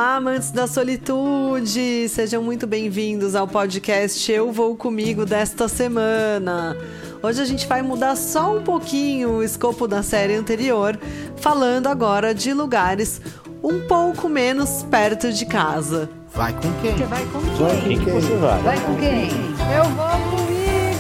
Olá, amantes da solitude! Sejam muito bem-vindos ao podcast Eu Vou Comigo desta semana. Hoje a gente vai mudar só um pouquinho o escopo da série anterior, falando agora de lugares um pouco menos perto de casa. Vai com quem? Você vai com quem? Vai com quem você vai? Vai com quem? Eu vou comigo!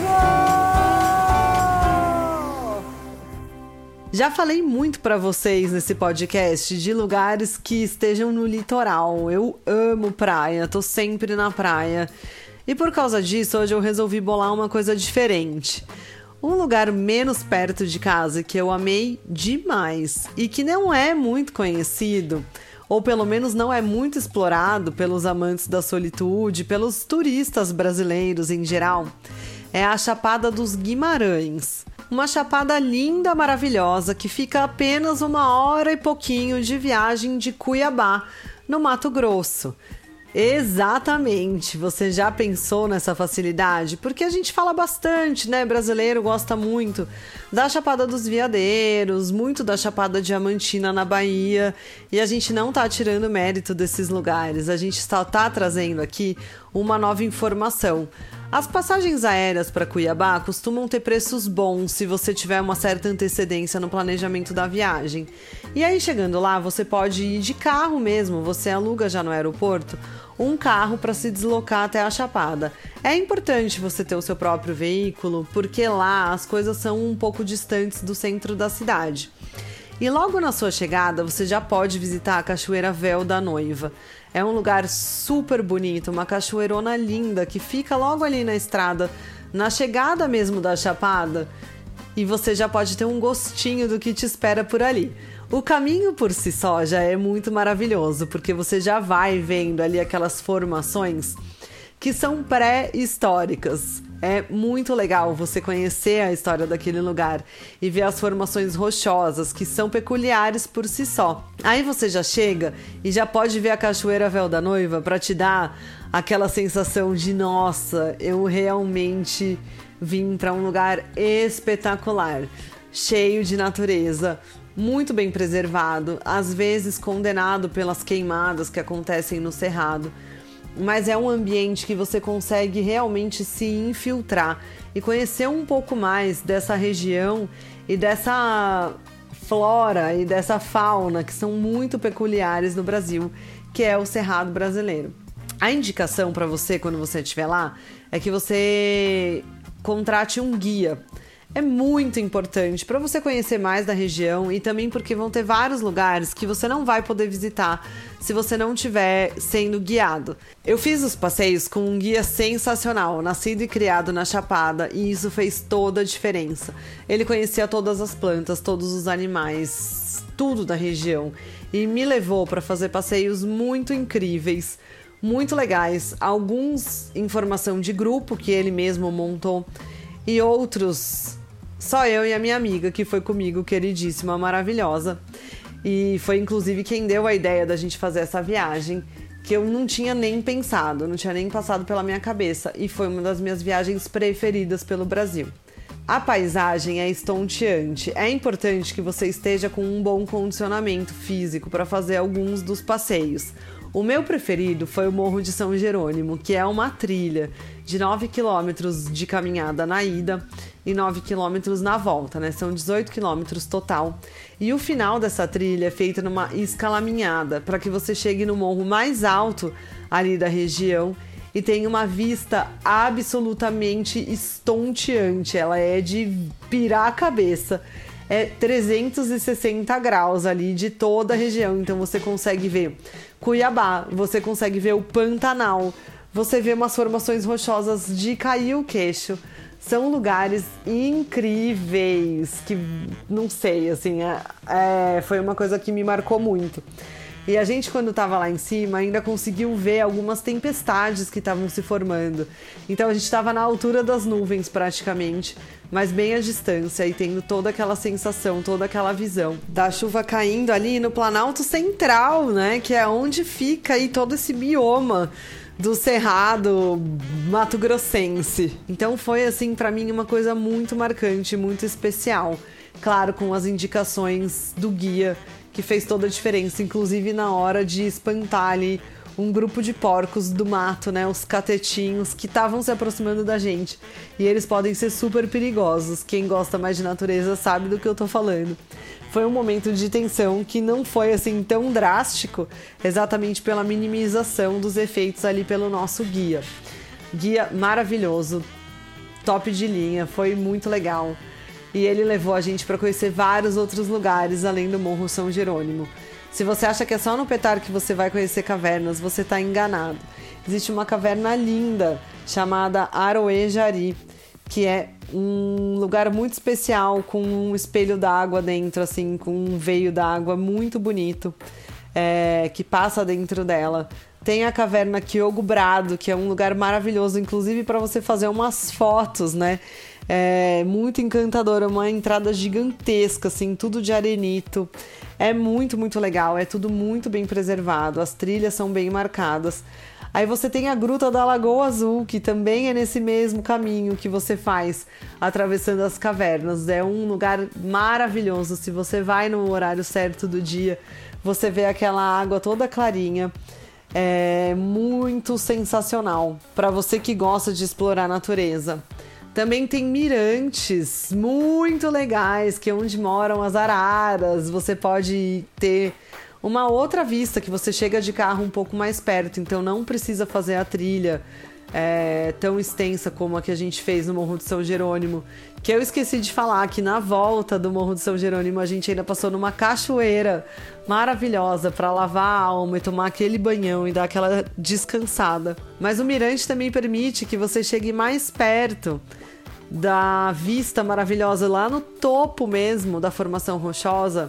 Já falei muito pra vocês nesse podcast de lugares que estejam no litoral. Eu amo praia, tô sempre na praia. E por causa disso, hoje eu resolvi bolar uma coisa diferente. Um lugar menos perto de casa que eu amei demais e que não é muito conhecido, ou pelo menos não é muito explorado pelos amantes da solitude, pelos turistas brasileiros em geral, é a Chapada dos Guimarães. Uma chapada linda, maravilhosa, que fica a apenas 1h e pouquinho de viagem de Cuiabá, no Mato Grosso. Exatamente, você já pensou nessa facilidade? Porque a gente fala bastante, né? Brasileiro gosta muito da Chapada dos Veadeiros, muito da Chapada Diamantina na Bahia, e a gente não tá tirando mérito desses lugares, a gente só tá trazendo aqui uma nova informação. As passagens aéreas para Cuiabá costumam ter preços bons se você tiver uma certa antecedência no planejamento da viagem. E aí, chegando lá, você pode ir de carro mesmo, você aluga já no aeroporto um carro para se deslocar até a Chapada. É importante você ter o seu próprio veículo, porque lá as coisas são um pouco distantes do centro da cidade. E logo na sua chegada, você já pode visitar a Cachoeira Véu da Noiva. É um lugar super bonito, uma cachoeirona linda que fica logo ali na estrada, na chegada mesmo da Chapada, e você já pode ter um gostinho do que te espera por ali. O caminho por si só já é muito maravilhoso, porque você já vai vendo ali aquelas formações que são pré-históricas. É muito legal você conhecer a história daquele lugar e ver as formações rochosas, que são peculiares por si só. Aí você já chega e já pode ver a Cachoeira Véu da Noiva para te dar aquela sensação de nossa, eu realmente vim para um lugar espetacular, cheio de natureza, muito bem preservado, às vezes condenado pelas queimadas que acontecem no Cerrado. Mas é um ambiente que você consegue realmente se infiltrar e conhecer um pouco mais dessa região e dessa flora e dessa fauna que são muito peculiares no Brasil, que é o Cerrado brasileiro. A indicação para você, quando você estiver lá, é que você contrate um guia. É muito importante para você conhecer mais da região e também porque vão ter vários lugares que você não vai poder visitar se você não estiver sendo guiado. Eu fiz os passeios com um guia sensacional, nascido e criado na Chapada, e isso fez toda a diferença. Ele conhecia todas as plantas, todos os animais, tudo da região, e me levou para fazer passeios muito incríveis, muito legais, alguns em formação de grupo que ele mesmo montou e outros só eu e a minha amiga, que foi comigo, queridíssima, maravilhosa. E foi inclusive quem deu a ideia da gente fazer essa viagem, que eu não tinha nem pensado, não tinha nem passado pela minha cabeça. E foi uma das minhas viagens preferidas pelo Brasil. A paisagem é estonteante. É importante que você esteja com um bom condicionamento físico para fazer alguns dos passeios. O meu preferido foi o Morro de São Jerônimo, que é uma trilha de 9 quilômetros de caminhada na ida e 9 quilômetros na volta, né? São 18 quilômetros total. E o final dessa trilha é feita numa escalaminhada, para que você chegue no morro mais alto ali da região e tenha uma vista absolutamente estonteante. Ela é de pirar a cabeça. É 360 graus ali de toda a região, então você consegue ver Cuiabá, você consegue ver o Pantanal, você vê umas formações rochosas de cair o queixo. São lugares incríveis que, não sei, assim, foi uma coisa que me marcou muito. E a gente, quando estava lá em cima, ainda conseguiu ver algumas tempestades que estavam se formando. Então a gente estava na altura das nuvens praticamente, mas bem à distância e tendo toda aquela sensação, toda aquela visão da chuva caindo ali no Planalto Central, né? Que é onde fica aí todo esse bioma do Cerrado mato-grossense. Então foi, assim, para mim uma coisa muito marcante, muito especial. Claro, com as indicações do guia, que fez toda a diferença, inclusive na hora de espantar ali um grupo de porcos do mato, né? Os catetinhos que estavam se aproximando da gente. E eles podem ser super perigosos. Quem gosta mais de natureza sabe do que eu tô falando. Foi um momento de tensão que não foi assim tão drástico, exatamente pela minimização dos efeitos ali pelo nosso guia. Guia maravilhoso, top de linha, foi muito legal. E ele levou a gente para conhecer vários outros lugares além do Morro São Jerônimo. Se você acha que é só no Petar que você vai conhecer cavernas, você está enganado. Existe uma caverna linda chamada Aroê Jari, que é um lugar muito especial, com um espelho d'água dentro, assim, com um veio d'água muito bonito, que passa dentro dela. Tem a caverna Kyogo Brado, que é um lugar maravilhoso, inclusive para você fazer umas fotos, né? É muito encantadora, uma entrada gigantesca, assim, tudo de arenito. É muito, muito legal, é tudo muito bem preservado, as trilhas são bem marcadas. Aí você tem a Gruta da Lagoa Azul, que também é nesse mesmo caminho que você faz, atravessando as cavernas. É um lugar maravilhoso, se você vai no horário certo do dia, você vê aquela água toda clarinha. É muito sensacional para você que gosta de explorar a natureza. Também tem mirantes muito legais, que é onde moram as araras. Você pode ter uma outra vista, que você chega de carro um pouco mais perto, então não precisa fazer a trilha tão extensa como a que a gente fez no Morro de São Jerônimo. Que eu esqueci de falar que na volta do Morro de São Jerônimo a gente ainda passou numa cachoeira maravilhosa para lavar a alma e tomar aquele banhão e dar aquela descansada. Mas o mirante também permite que você chegue mais perto da vista maravilhosa lá no topo mesmo da formação rochosa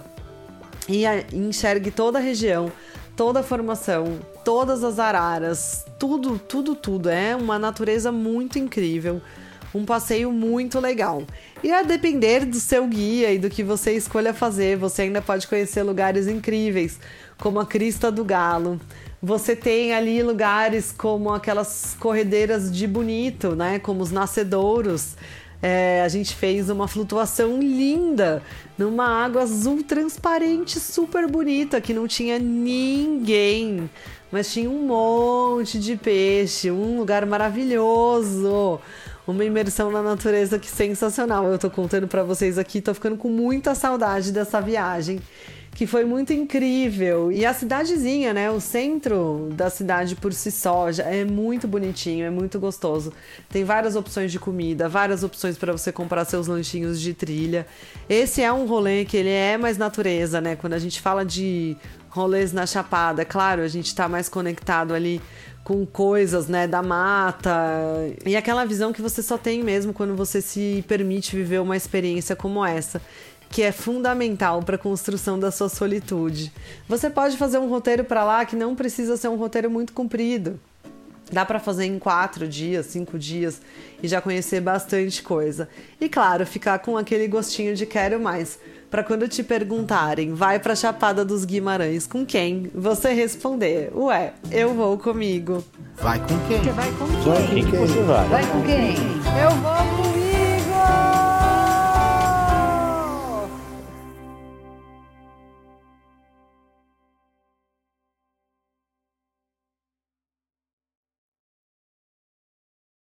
e enxergue toda a região, toda a formação, todas as araras, tudo. É uma natureza muito incrível, um passeio muito legal. E a depender do seu guia e do que você escolha fazer, você ainda pode conhecer lugares incríveis, como a Crista do Galo. Você tem ali lugares como aquelas corredeiras de Bonito, né? Como os nascedouros. A gente fez uma flutuação linda numa água azul transparente, super bonita, que não tinha ninguém, mas tinha um monte de peixe, um lugar maravilhoso. Uma imersão na natureza que sensacional. Eu tô contando pra vocês aqui, tô ficando com muita saudade dessa viagem, que foi muito incrível. E a cidadezinha, né? O centro da cidade por si só já é muito bonitinho, é muito gostoso. Tem várias opções de comida, várias opções para você comprar seus lanchinhos de trilha. Esse é um rolê que ele é mais natureza, né? Quando a gente fala de rolês na Chapada, claro, a gente tá mais conectado ali com coisas, né, da mata, e aquela visão que você só tem mesmo quando você se permite viver uma experiência como essa, que é fundamental para a construção da sua solitude. Você pode fazer um roteiro para lá que não precisa ser um roteiro muito comprido. Dá para fazer em 4 dias, 5 dias e já conhecer bastante coisa. E claro, ficar com aquele gostinho de quero mais. Para quando te perguntarem, vai pra Chapada dos Guimarães com quem? Você responder, ué, eu vou comigo. Vai com quem? Você vai com Vai quem? com quem você vai? Vai com quem? Eu vou com